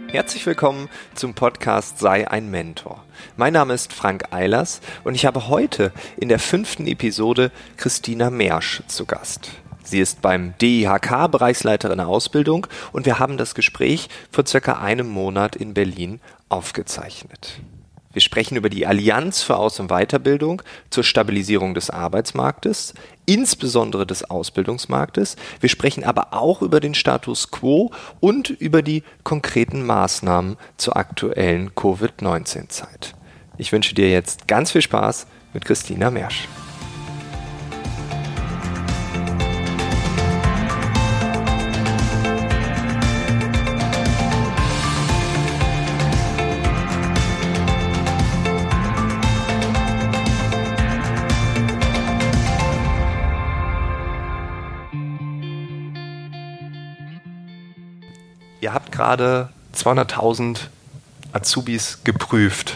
Herzlich willkommen zum Podcast Sei ein Mentor. Mein Name ist Frank Eilers und ich habe heute in der 5. Episode Christina Mersch zu Gast. Sie ist beim DIHK Bereichsleiterin Ausbildung und wir haben das Gespräch vor circa einem Monat in Berlin aufgezeichnet. Wir sprechen über die Allianz für Aus- und Weiterbildung zur Stabilisierung des Arbeitsmarktes, insbesondere des Ausbildungsmarktes. Wir sprechen aber auch über den Status quo und über die konkreten Maßnahmen zur aktuellen Covid-19-Zeit. Ich wünsche dir jetzt ganz viel Spaß mit Christina Mersch. Ihr habt gerade 200.000 Azubis geprüft.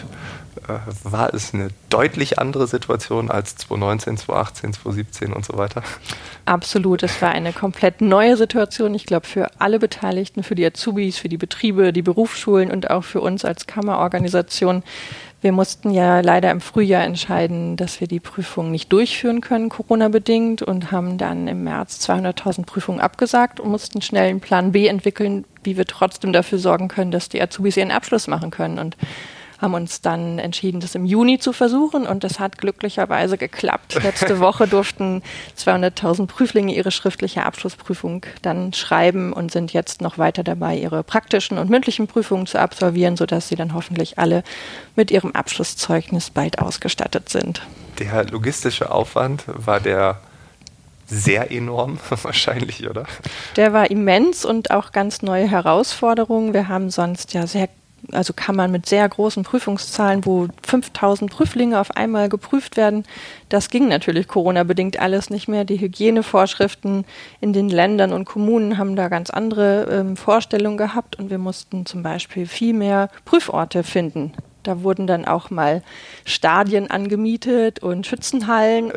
War es eine deutlich andere Situation als 2019, 2018, 2017 und so weiter? Absolut, es war eine komplett neue Situation. Ich glaube, für alle Beteiligten, für die Azubis, für die Betriebe, die Berufsschulen und auch für uns als Kammerorganisation. Wir mussten ja leider im Frühjahr entscheiden, dass wir die Prüfungen nicht durchführen können, Corona-bedingt, und haben dann im März 200.000 Prüfungen abgesagt und mussten schnell einen Plan B entwickeln, wie wir trotzdem dafür sorgen können, dass die Azubis ihren Abschluss machen können. Und haben uns dann entschieden, das im Juni zu versuchen, und das hat glücklicherweise geklappt. Letzte Woche durften 200.000 Prüflinge ihre schriftliche Abschlussprüfung dann schreiben und sind jetzt noch weiter dabei, ihre praktischen und mündlichen Prüfungen zu absolvieren, sodass sie dann hoffentlich alle mit ihrem Abschlusszeugnis bald ausgestattet sind. Der logistische Aufwand, war der sehr enorm wahrscheinlich, oder? Der war immens und auch ganz neue Herausforderungen. Wir haben sonst ja Kammern mit sehr großen Prüfungszahlen, wo 5.000 Prüflinge auf einmal geprüft werden. Das ging natürlich Corona-bedingt alles nicht mehr. Die Hygienevorschriften in den Ländern und Kommunen haben da ganz andere Vorstellungen gehabt, und wir mussten zum Beispiel viel mehr Prüforte finden. Da wurden dann auch mal Stadien angemietet und Schützenhallen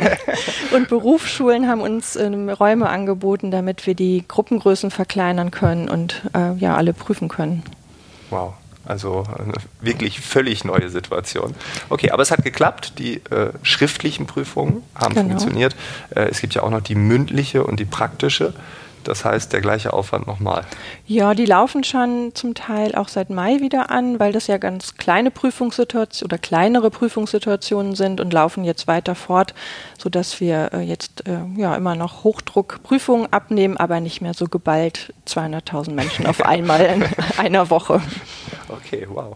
und Berufsschulen haben uns Räume angeboten, damit wir die Gruppengrößen verkleinern können und alle prüfen können. Wow. Also eine wirklich völlig neue Situation. Okay, aber es hat geklappt. Die schriftlichen Prüfungen haben funktioniert. Es gibt ja auch noch die mündliche und die praktische. Das heißt, der gleiche Aufwand nochmal. Ja, die laufen schon zum Teil auch seit Mai wieder an, weil das ja ganz kleine Prüfungssituationen oder kleinere Prüfungssituationen sind und laufen jetzt weiter fort, sodass wir jetzt immer noch Hochdruckprüfungen abnehmen, aber nicht mehr so geballt 200.000 Menschen auf einmal in einer Woche. Okay, wow.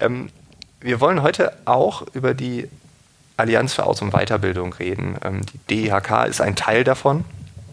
Wir wollen heute auch über die Allianz für Aus- und Weiterbildung reden. Die DIHK ist ein Teil davon.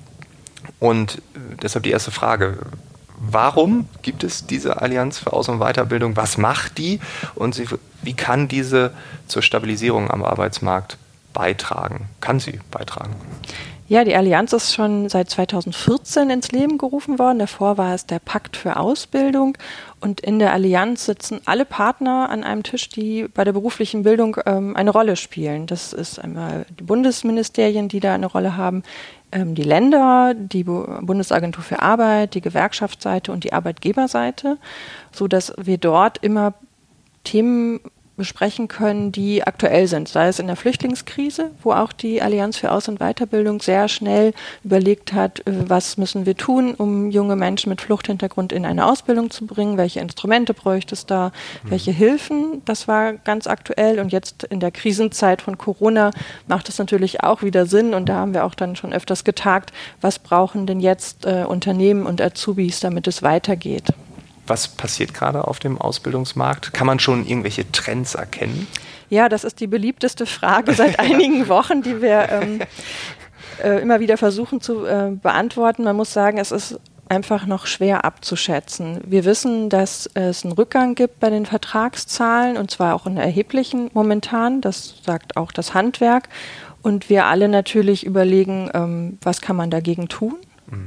Und deshalb die erste Frage: Warum gibt es diese Allianz für Aus- und Weiterbildung? Was macht die? Und wie kann diese zur Stabilisierung am Arbeitsmarkt beitragen? Kann sie beitragen? Ja, die Allianz ist schon seit 2014 ins Leben gerufen worden. Davor war es der Pakt für Ausbildung. Und in der Allianz sitzen alle Partner an einem Tisch, die bei der beruflichen Bildung eine Rolle spielen. Das ist einmal die Bundesministerien, die da eine Rolle haben, die Länder, die Bundesagentur für Arbeit, die Gewerkschaftsseite und die Arbeitgeberseite, sodass wir dort immer Themen besprechen können, die aktuell sind, sei es in der Flüchtlingskrise, wo auch die Allianz für Aus- und Weiterbildung sehr schnell überlegt hat, was müssen wir tun, um junge Menschen mit Fluchthintergrund in eine Ausbildung zu bringen, welche Instrumente bräuchte es da, welche Hilfen, das war ganz aktuell, und jetzt in der Krisenzeit von Corona macht es natürlich auch wieder Sinn, und da haben wir auch dann schon öfters getagt, was brauchen denn jetzt Unternehmen und Azubis, damit es weitergeht. Was passiert gerade auf dem Ausbildungsmarkt? Kann man schon irgendwelche Trends erkennen? Ja, das ist die beliebteste Frage seit einigen Wochen, die wir immer wieder versuchen zu beantworten. Man muss sagen, es ist einfach noch schwer abzuschätzen. Wir wissen, dass es einen Rückgang gibt bei den Vertragszahlen, und zwar auch einen erheblichen momentan. Das sagt auch das Handwerk. Und wir alle natürlich überlegen, was kann man dagegen tun?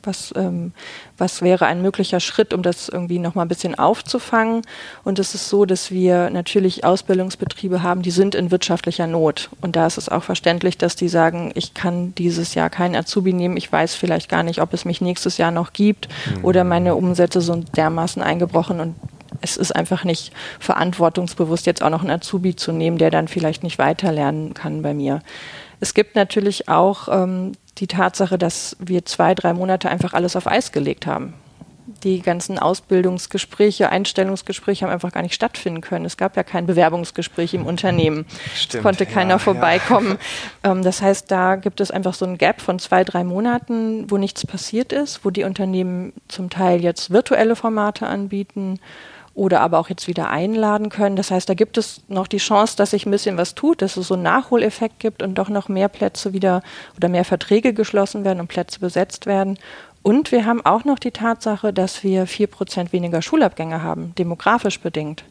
was wäre ein möglicher Schritt, um das irgendwie nochmal ein bisschen aufzufangen. Und es ist so, dass wir natürlich Ausbildungsbetriebe haben, die sind in wirtschaftlicher Not. Und da ist es auch verständlich, dass die sagen, ich kann dieses Jahr keinen Azubi nehmen, ich weiß vielleicht gar nicht, ob es mich nächstes Jahr noch gibt oder meine Umsätze sind dermaßen eingebrochen und es ist einfach nicht verantwortungsbewusst, jetzt auch noch einen Azubi zu nehmen, der dann vielleicht nicht weiterlernen kann bei mir. Es gibt natürlich auch die Tatsache, dass wir 2-3 Monate einfach alles auf Eis gelegt haben. Die ganzen Ausbildungsgespräche, Einstellungsgespräche haben einfach gar nicht stattfinden können. Es gab ja kein Bewerbungsgespräch im Unternehmen. Stimmt, es konnte keiner vorbeikommen. Das heißt, da gibt es einfach so ein Gap von 2-3 Monaten, wo nichts passiert ist, wo die Unternehmen zum Teil jetzt virtuelle Formate anbieten oder aber auch jetzt wieder einladen können. Das heißt, da gibt es noch die Chance, dass sich ein bisschen was tut, dass es so einen Nachholeffekt gibt und doch noch mehr Plätze wieder oder mehr Verträge geschlossen werden und Plätze besetzt werden. Und wir haben auch noch die Tatsache, dass wir 4% weniger Schulabgänger haben, demografisch bedingt.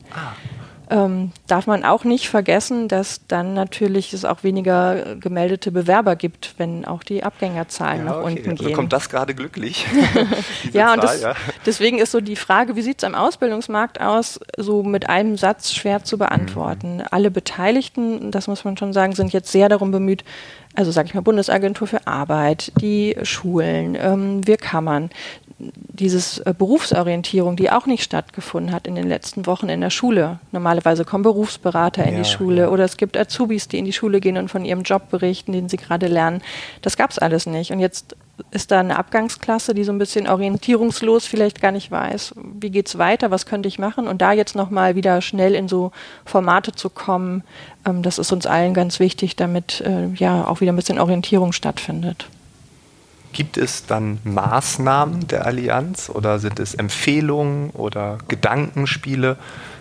Darf man auch nicht vergessen, dass dann natürlich es auch weniger gemeldete Bewerber gibt, wenn auch die Abgängerzahlen nach unten gehen. Kommt das gerade glücklich? Ja, und deswegen ist so die Frage, wie sieht es am Ausbildungsmarkt aus, so mit einem Satz schwer zu beantworten. Alle Beteiligten, das muss man schon sagen, sind jetzt sehr darum bemüht, also sage ich mal Bundesagentur für Arbeit, die Schulen, wir Kammern, diese Berufsorientierung, die auch nicht stattgefunden hat in den letzten Wochen in der Schule. Normalerweise kommen Berufsberater in die Schule oder es gibt Azubis, die in die Schule gehen und von ihrem Job berichten, den sie gerade lernen. Das gab es alles nicht. Und jetzt ist da eine Abgangsklasse, die so ein bisschen orientierungslos vielleicht gar nicht weiß, wie geht's weiter, was könnte ich machen? Und da jetzt nochmal wieder schnell in so Formate zu kommen, das ist uns allen ganz wichtig, damit auch wieder ein bisschen Orientierung stattfindet. Gibt es dann Maßnahmen der Allianz oder sind es Empfehlungen oder Gedankenspiele?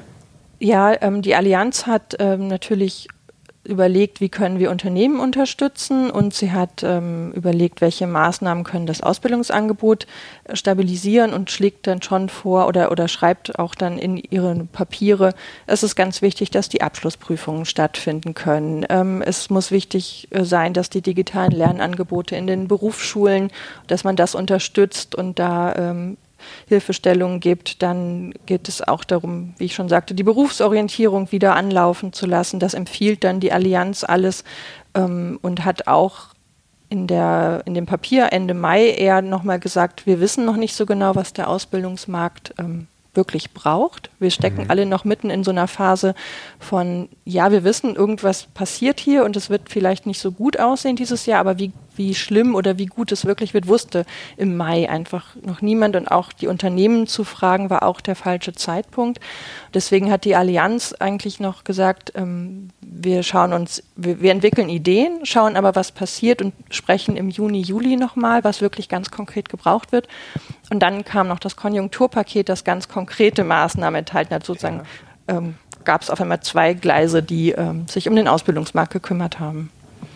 Ja, die Allianz hat natürlich überlegt, wie können wir Unternehmen unterstützen und sie hat überlegt, welche Maßnahmen können das Ausbildungsangebot stabilisieren und schlägt dann schon vor oder schreibt auch dann in ihre Papiere, es ist ganz wichtig, dass die Abschlussprüfungen stattfinden können. Es muss wichtig sein, dass die digitalen Lernangebote in den Berufsschulen, dass man das unterstützt und da Hilfestellungen gibt, dann geht es auch darum, wie ich schon sagte, die Berufsorientierung wieder anlaufen zu lassen. Das empfiehlt dann die Allianz alles und hat auch in dem Papier Ende Mai eher nochmal gesagt, wir wissen noch nicht so genau, was der Ausbildungsmarkt wirklich braucht. Wir stecken alle noch mitten in so einer Phase von, ja, wir wissen, irgendwas passiert hier und es wird vielleicht nicht so gut aussehen dieses Jahr, aber wie schlimm oder wie gut es wirklich wird, wusste im Mai einfach noch niemand und auch die Unternehmen zu fragen, war auch der falsche Zeitpunkt. Deswegen hat die Allianz eigentlich noch gesagt, wir entwickeln Ideen, schauen aber, was passiert und sprechen im Juni, Juli nochmal, was wirklich ganz konkret gebraucht wird. Und dann kam noch das Konjunkturpaket, das ganz konkrete Maßnahmen enthalten hat. Sozusagen gab es auf einmal 2 Gleise, die sich um den Ausbildungsmarkt gekümmert haben.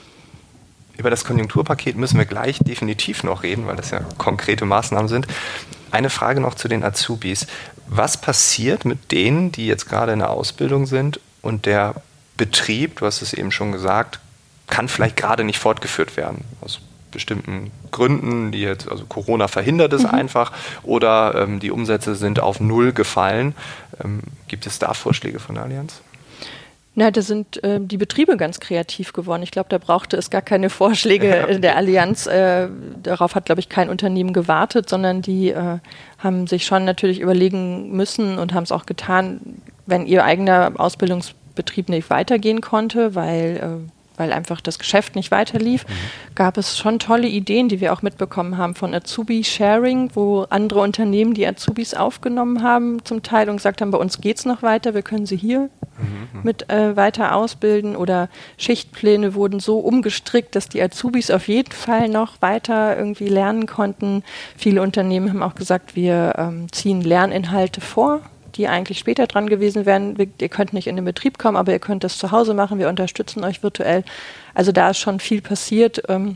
Über das Konjunkturpaket müssen wir gleich definitiv noch reden, weil das ja konkrete Maßnahmen sind. Eine Frage noch zu den Azubis. Was passiert mit denen, die jetzt gerade in der Ausbildung sind und der Betrieb, du hast es eben schon gesagt, kann vielleicht gerade nicht fortgeführt werden? Aus bestimmten Gründen, die jetzt, also Corona verhindert es einfach oder die Umsätze sind auf 0 gefallen. Gibt es da Vorschläge von der Allianz? Na, da sind die Betriebe ganz kreativ geworden. Ich glaube, da brauchte es gar keine Vorschläge der Allianz. Darauf hat, glaube ich, kein Unternehmen gewartet, sondern die haben sich schon natürlich überlegen müssen und haben es auch getan, wenn ihr eigener Ausbildungsbetrieb nicht weitergehen konnte, weil einfach das Geschäft nicht weiterlief, gab es schon tolle Ideen, die wir auch mitbekommen haben von Azubi-Sharing, wo andere Unternehmen die Azubis aufgenommen haben zum Teil und gesagt haben, bei uns geht es noch weiter, wir können sie hier mit weiter ausbilden oder Schichtpläne wurden so umgestrickt, dass die Azubis auf jeden Fall noch weiter irgendwie lernen konnten. Viele Unternehmen haben auch gesagt, wir ziehen Lerninhalte vor, die eigentlich später dran gewesen wären. Ihr könnt nicht in den Betrieb kommen, aber ihr könnt das zu Hause machen. Wir unterstützen euch virtuell. Also da ist schon viel passiert. Und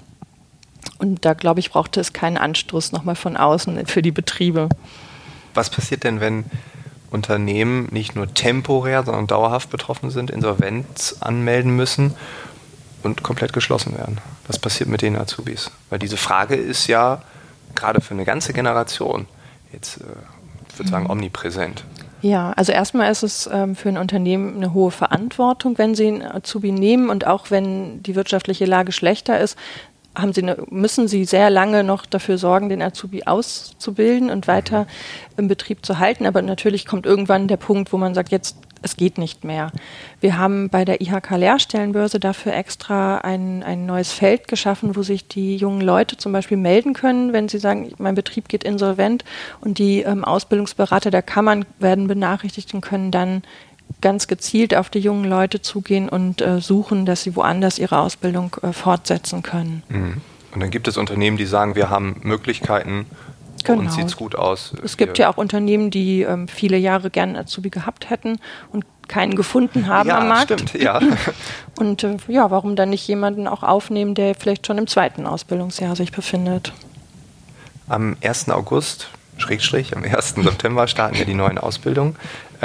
da, glaube ich, brauchte es keinen Anstoß nochmal von außen für die Betriebe. Was passiert denn, wenn Unternehmen nicht nur temporär, sondern dauerhaft betroffen sind, Insolvenz anmelden müssen und komplett geschlossen werden? Was passiert mit den Azubis? Weil diese Frage ist ja gerade für eine ganze Generation jetzt, ich würde sagen, omnipräsent. Ja, also erstmal ist es für ein Unternehmen eine hohe Verantwortung, wenn sie einen Azubi nehmen, und auch wenn die wirtschaftliche Lage schlechter ist, müssen sie sehr lange noch dafür sorgen, den Azubi auszubilden und weiter im Betrieb zu halten. Aber natürlich kommt irgendwann der Punkt, wo man sagt, jetzt, es geht nicht mehr. Wir haben bei der IHK-Lehrstellenbörse dafür extra ein neues Feld geschaffen, wo sich die jungen Leute zum Beispiel melden können, wenn sie sagen, mein Betrieb geht insolvent, und die Ausbildungsberater der Kammern werden benachrichtigt und können dann ganz gezielt auf die jungen Leute zugehen und suchen, dass sie woanders ihre Ausbildung fortsetzen können. Mhm. Und dann gibt es Unternehmen, die sagen, wir haben Möglichkeiten, bei uns sieht es gut aus. Es gibt ja auch Unternehmen, die viele Jahre gerne Azubi gehabt hätten und keinen gefunden haben am Markt. Stimmt, ja. Und warum dann nicht jemanden auch aufnehmen, der vielleicht schon im 2. Ausbildungsjahr sich befindet? Am 1. August, am 1. September starten ja die neuen Ausbildungen.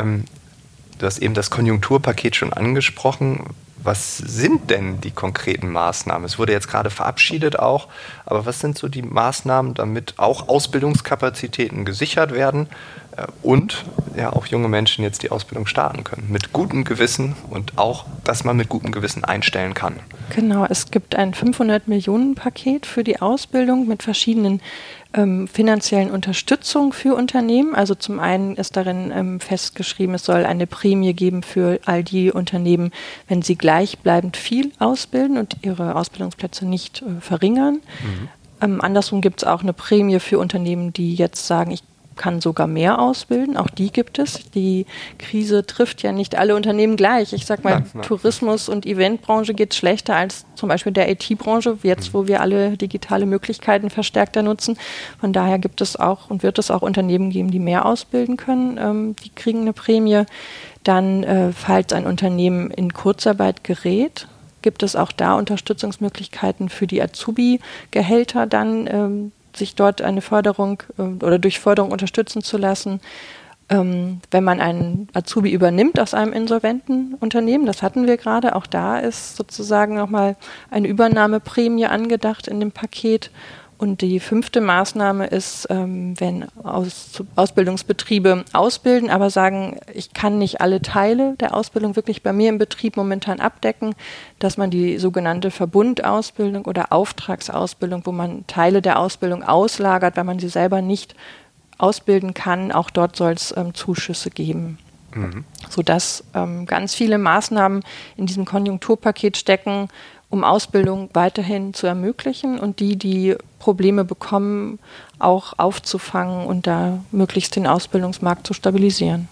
Du hast eben das Konjunkturpaket schon angesprochen. Was sind denn die konkreten Maßnahmen? Es wurde jetzt gerade verabschiedet auch, aber was sind so die Maßnahmen, damit auch Ausbildungskapazitäten gesichert werden und ja auch junge Menschen jetzt die Ausbildung starten können? Mit gutem Gewissen, und auch, dass man mit gutem Gewissen einstellen kann. Genau, es gibt ein 500-Millionen-Paket für die Ausbildung mit verschiedenen finanziellen Unterstützung für Unternehmen. Also zum einen ist darin festgeschrieben, es soll eine Prämie geben für all die Unternehmen, wenn sie gleichbleibend viel ausbilden und ihre Ausbildungsplätze nicht verringern. Andersrum gibt es auch eine Prämie für Unternehmen, die jetzt sagen, ich kann sogar mehr ausbilden. Auch die gibt es. Die Krise trifft ja nicht alle Unternehmen gleich. Ich sag mal, nein. Tourismus- und Eventbranche geht schlechter als zum Beispiel der IT-Branche, jetzt wo wir alle digitale Möglichkeiten verstärkter nutzen. Von daher gibt es auch und wird es auch Unternehmen geben, die mehr ausbilden können. Die kriegen eine Prämie. Dann, falls ein Unternehmen in Kurzarbeit gerät, gibt es auch da Unterstützungsmöglichkeiten für die Azubi-Gehälter dann, sich dort eine Förderung oder durch Förderung unterstützen zu lassen. Wenn man einen Azubi übernimmt aus einem insolventen Unternehmen, das hatten wir gerade, auch da ist sozusagen nochmal eine Übernahmeprämie angedacht in dem Paket. Und die 5. Maßnahme ist, wenn Ausbildungsbetriebe ausbilden, aber sagen, ich kann nicht alle Teile der Ausbildung wirklich bei mir im Betrieb momentan abdecken, dass man die sogenannte Verbundausbildung oder Auftragsausbildung, wo man Teile der Ausbildung auslagert, weil man sie selber nicht ausbilden kann, auch dort soll es Zuschüsse geben. Sodass ganz viele Maßnahmen in diesem Konjunkturpaket stecken, um Ausbildung weiterhin zu ermöglichen und die Probleme bekommen, auch aufzufangen und da möglichst den Ausbildungsmarkt zu stabilisieren.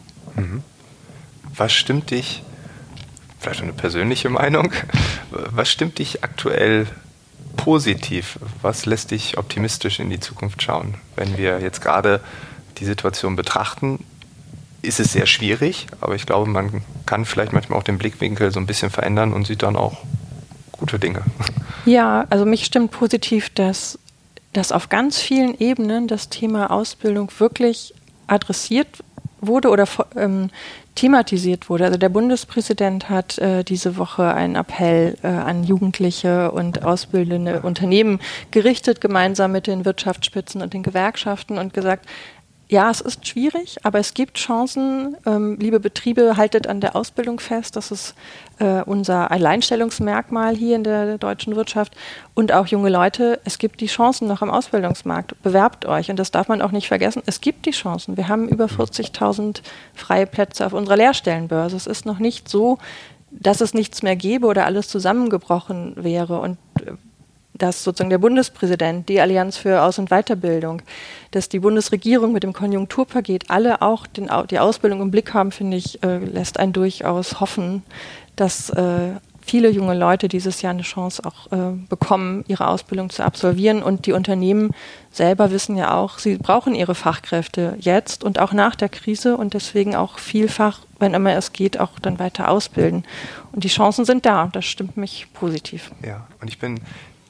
Was stimmt dich, vielleicht eine persönliche Meinung, was stimmt dich aktuell positiv? Was lässt dich optimistisch in die Zukunft schauen? Wenn wir jetzt gerade die Situation betrachten, ist es sehr schwierig, aber ich glaube, man kann vielleicht manchmal auch den Blickwinkel so ein bisschen verändern und sieht dann auch gute Dinge. Ja, also mich stimmt positiv, dass auf ganz vielen Ebenen das Thema Ausbildung wirklich adressiert wurde oder thematisiert wurde. Also der Bundespräsident hat diese Woche einen Appell an Jugendliche und ausbildende Unternehmen gerichtet, gemeinsam mit den Wirtschaftsspitzen und den Gewerkschaften, und gesagt, ja, es ist schwierig, aber es gibt Chancen. Liebe Betriebe, haltet an der Ausbildung fest. Das ist unser Alleinstellungsmerkmal hier in der deutschen Wirtschaft. Und auch junge Leute, es gibt die Chancen noch am Ausbildungsmarkt. Bewerbt euch. Und das darf man auch nicht vergessen. Es gibt die Chancen. Wir haben über 40.000 freie Plätze auf unserer Lehrstellenbörse. Es ist noch nicht so, dass es nichts mehr gäbe oder alles zusammengebrochen wäre. Und dass sozusagen der Bundespräsident, die Allianz für Aus- und Weiterbildung, dass die Bundesregierung mit dem Konjunkturpaket alle auch die Ausbildung im Blick haben, finde ich, lässt einen durchaus hoffen, dass viele junge Leute dieses Jahr eine Chance auch bekommen, ihre Ausbildung zu absolvieren. Und die Unternehmen selber wissen ja auch, sie brauchen ihre Fachkräfte jetzt und auch nach der Krise und deswegen auch vielfach, wenn immer es geht, auch dann weiter ausbilden. Und die Chancen sind da. Das stimmt mich positiv. Ja, und ich bin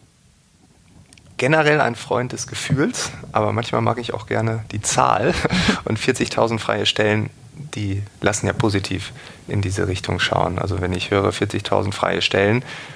generell ein Freund des Gefühls, aber manchmal mag ich auch gerne die Zahl. Und 40.000 freie Stellen, die lassen ja positiv in diese Richtung schauen. Also wenn ich höre 40.000 freie Stellen,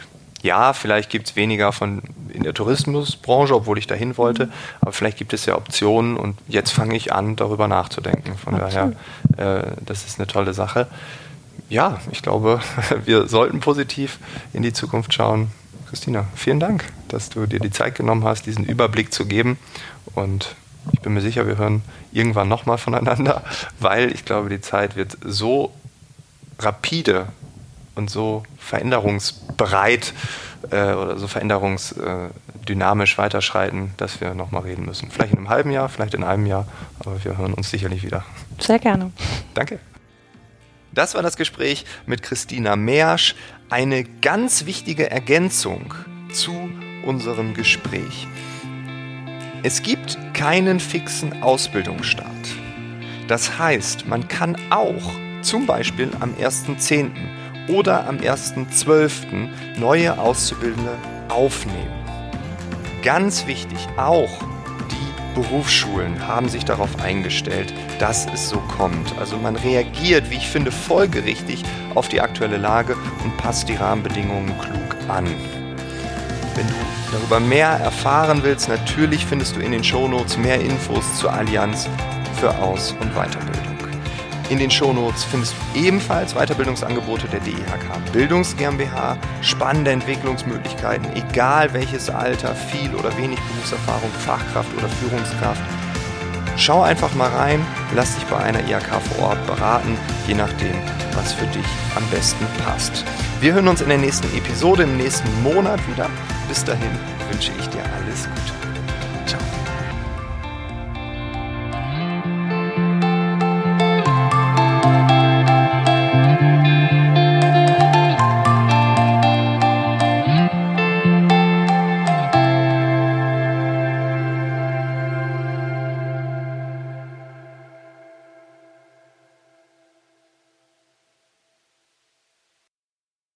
Ja, vielleicht gibt es weniger in der Tourismusbranche, obwohl ich dahin wollte, aber vielleicht gibt es ja Optionen und jetzt fange ich an, darüber nachzudenken. Von daher, das ist eine tolle Sache. Ja, ich glaube, wir sollten positiv in die Zukunft schauen. Christina, vielen Dank, dass du dir die Zeit genommen hast, diesen Überblick zu geben, und ich bin mir sicher, wir hören irgendwann nochmal voneinander, weil ich glaube, die Zeit wird so rapide und so veränderungsbereit oder so veränderungsdynamisch weiterschreiten, dass wir nochmal reden müssen. Vielleicht in einem halben Jahr, vielleicht in einem Jahr, aber wir hören uns sicherlich wieder. Sehr gerne. Danke. Das war das Gespräch mit Christina Meersch. Eine ganz wichtige Ergänzung zu unserem Gespräch. Es gibt keinen fixen Ausbildungsstart. Das heißt, man kann auch zum Beispiel am 1.10. oder am 1.12. neue Auszubildende aufnehmen. Ganz wichtig, auch die Berufsschulen haben sich darauf eingestellt, dass es so kommt. Also man reagiert, wie ich finde, folgerichtig auf die aktuelle Lage und passt die Rahmenbedingungen klug an. Wenn du darüber mehr erfahren willst, natürlich findest du in den Shownotes mehr Infos zur Allianz für Aus- und Weiterbildung. In den Shownotes findest du ebenfalls Weiterbildungsangebote der DIHK Bildungs GmbH, spannende Entwicklungsmöglichkeiten, egal welches Alter, viel oder wenig Berufserfahrung, Fachkraft oder Führungskraft. Schau einfach mal rein, lass dich bei einer IHK vor Ort beraten, je nachdem, was für dich am besten passt. Wir hören uns in der nächsten Episode im nächsten Monat wieder. Bis dahin wünsche ich dir alles Gute.